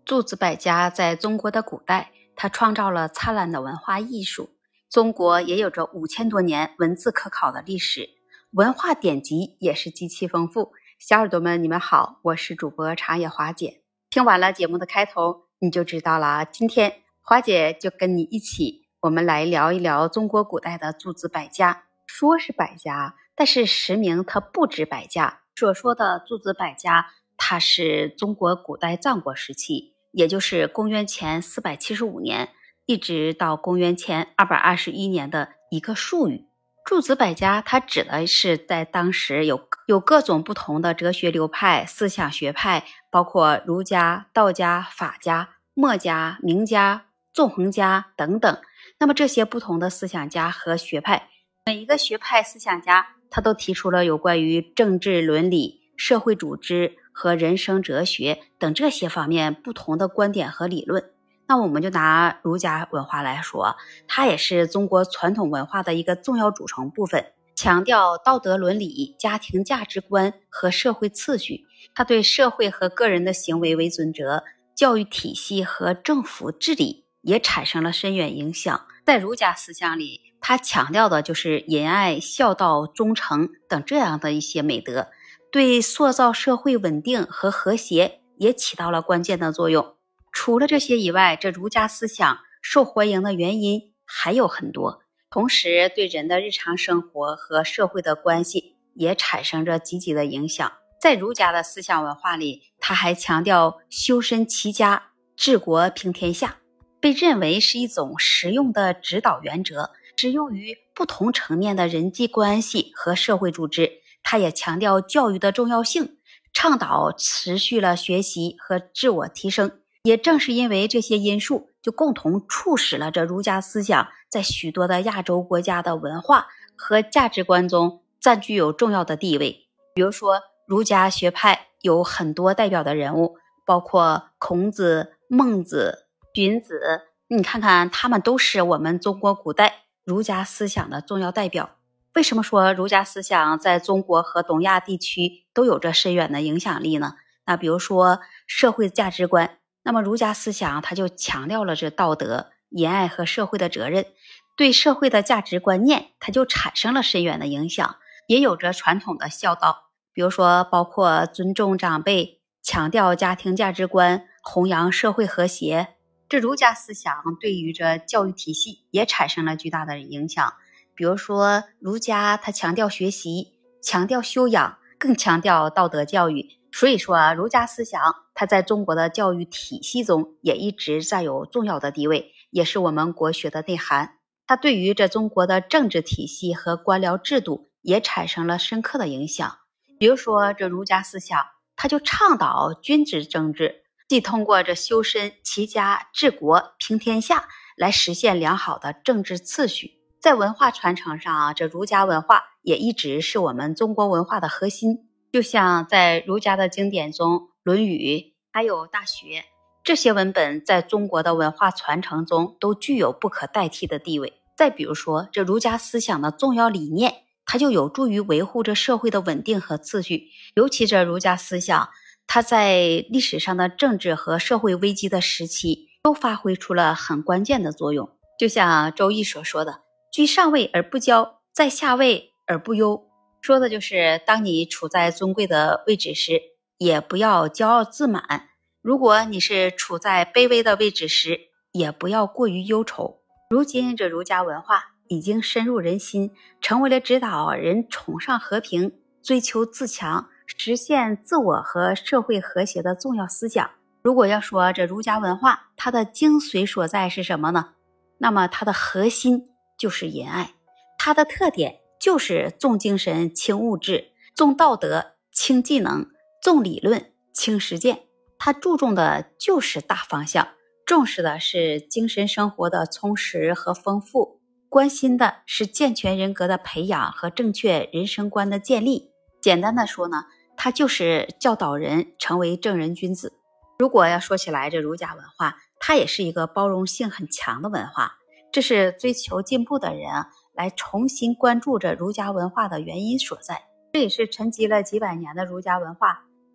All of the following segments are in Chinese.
诸子百家在中国的古代，它创造了灿烂的文化艺术。中国也有着5000多年文字可考的历史，文化典籍也是极其丰富。小耳朵们，你们好，我是主播长野华姐。听完了节目的开头，你就知道了。今天华姐就跟你一起，我们来聊一聊中国古代的诸子百家。说是百家，但是实名它不止百家。所说的诸子百家，它是中国古代战国时期，也就是公元前475年一直到公元前221年的一个术语。诸子百家它指的是在当时有各种不同的哲学流派、思想学派，包括儒家、道家、法家、墨家、名家、纵横家等等。那么这些不同的思想家和学派，每一个学派思想家他都提出了有关于政治伦理、社会组织和人生哲学等这些方面不同的观点和理论。那我们就拿儒家文化来说，它也是中国传统文化的一个重要组成部分，强调道德伦理、家庭价值观和社会秩序。它对社会和个人的行为为准则，教育体系和政府治理也产生了深远影响。在儒家思想里，它强调的就是仁爱、孝道、忠诚等这样的一些美德，对塑造社会稳定和和谐也起到了关键的作用。除了这些以外，这儒家思想受欢迎的原因还有很多，同时对人的日常生活和社会的关系也产生着积极的影响。在儒家的思想文化里，他还强调修身齐家、治国平天下，被认为是一种实用的指导原则，适用于不同层面的人际关系和社会组织。他也强调教育的重要性，倡导持续了学习和自我提升。也正是因为这些因素，就共同促使了这儒家思想在许多的亚洲国家的文化和价值观中占据有重要的地位。比如说，儒家学派有很多代表的人物，包括孔子、孟子、荀子，你看看他们都是我们中国古代儒家思想的重要代表。为什么说儒家思想在中国和东亚地区都有着深远的影响力呢？那比如说社会价值观，那么儒家思想它就强调了这道德、仁爱和社会的责任，对社会的价值观念它就产生了深远的影响。也有着传统的孝道，比如说包括尊重长辈、强调家庭价值观、弘扬社会和谐。这儒家思想对于这教育体系也产生了巨大的影响。比如说儒家它强调学习，强调修养，更强调道德教育。所以说儒家思想它在中国的教育体系中也一直占有重要的地位，也是我们国学的内涵。它对于这中国的政治体系和官僚制度也产生了深刻的影响。比如说这儒家思想它就倡导君子政治，既通过这修身齐家治国平天下来实现良好的政治秩序。在文化传承上，这儒家文化也一直是我们中国文化的核心。就像在儒家的经典中，《论语》还有《大学》，这些文本在中国的文化传承中都具有不可代替的地位。再比如说，这儒家思想的重要理念，它就有助于维护着社会的稳定和秩序。尤其这儒家思想，它在历史上的政治和社会危机的时期，都发挥出了很关键的作用。就像周易所说的，居上位而不骄，在下位而不忧。说的就是当你处在尊贵的位置时，也不要骄傲自满；如果你是处在卑微的位置时，也不要过于忧愁。如今这儒家文化已经深入人心，成为了指导人崇尚和平、追求自强、实现自我和社会和谐的重要思想。如果要说这儒家文化它的精髓所在是什么呢？那么它的核心就是仁爱，它的特点就是重精神轻物质，重道德轻技能，重理论轻实践。它注重的就是大方向，重视的是精神生活的充实和丰富，关心的是健全人格的培养和正确人生观的建立。简单的说呢，它就是教导人成为正人君子。如果要说起来，这儒家文化它也是一个包容性很强的文化，这是追求进步的人来重新关注着儒家文化的原因所在。这也是沉积了几百年的儒家文化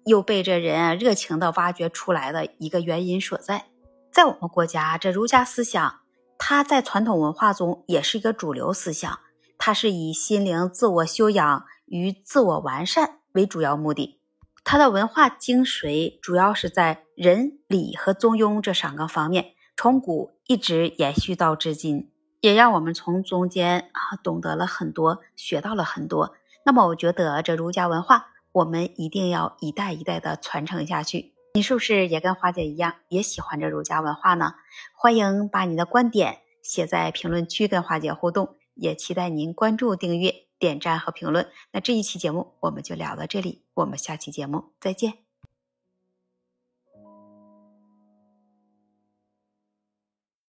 又被这人热情地挖掘出来的一个原因所在。在我们国家，这儒家思想它在传统文化中也是一个主流思想，它是以心灵自我修养与自我完善为主要目的。它的文化精髓主要是在仁、礼和中庸这3个方面，从古一直延续到至今，也让我们从中间懂得了很多，学到了很多。那么我觉得这儒家文化我们一定要一代一代的传承下去。你是不是也跟花姐一样也喜欢这儒家文化呢？欢迎把你的观点写在评论区跟花姐互动，也期待您关注、订阅、点赞和评论。那这一期节目我们就聊到这里，我们下期节目再见。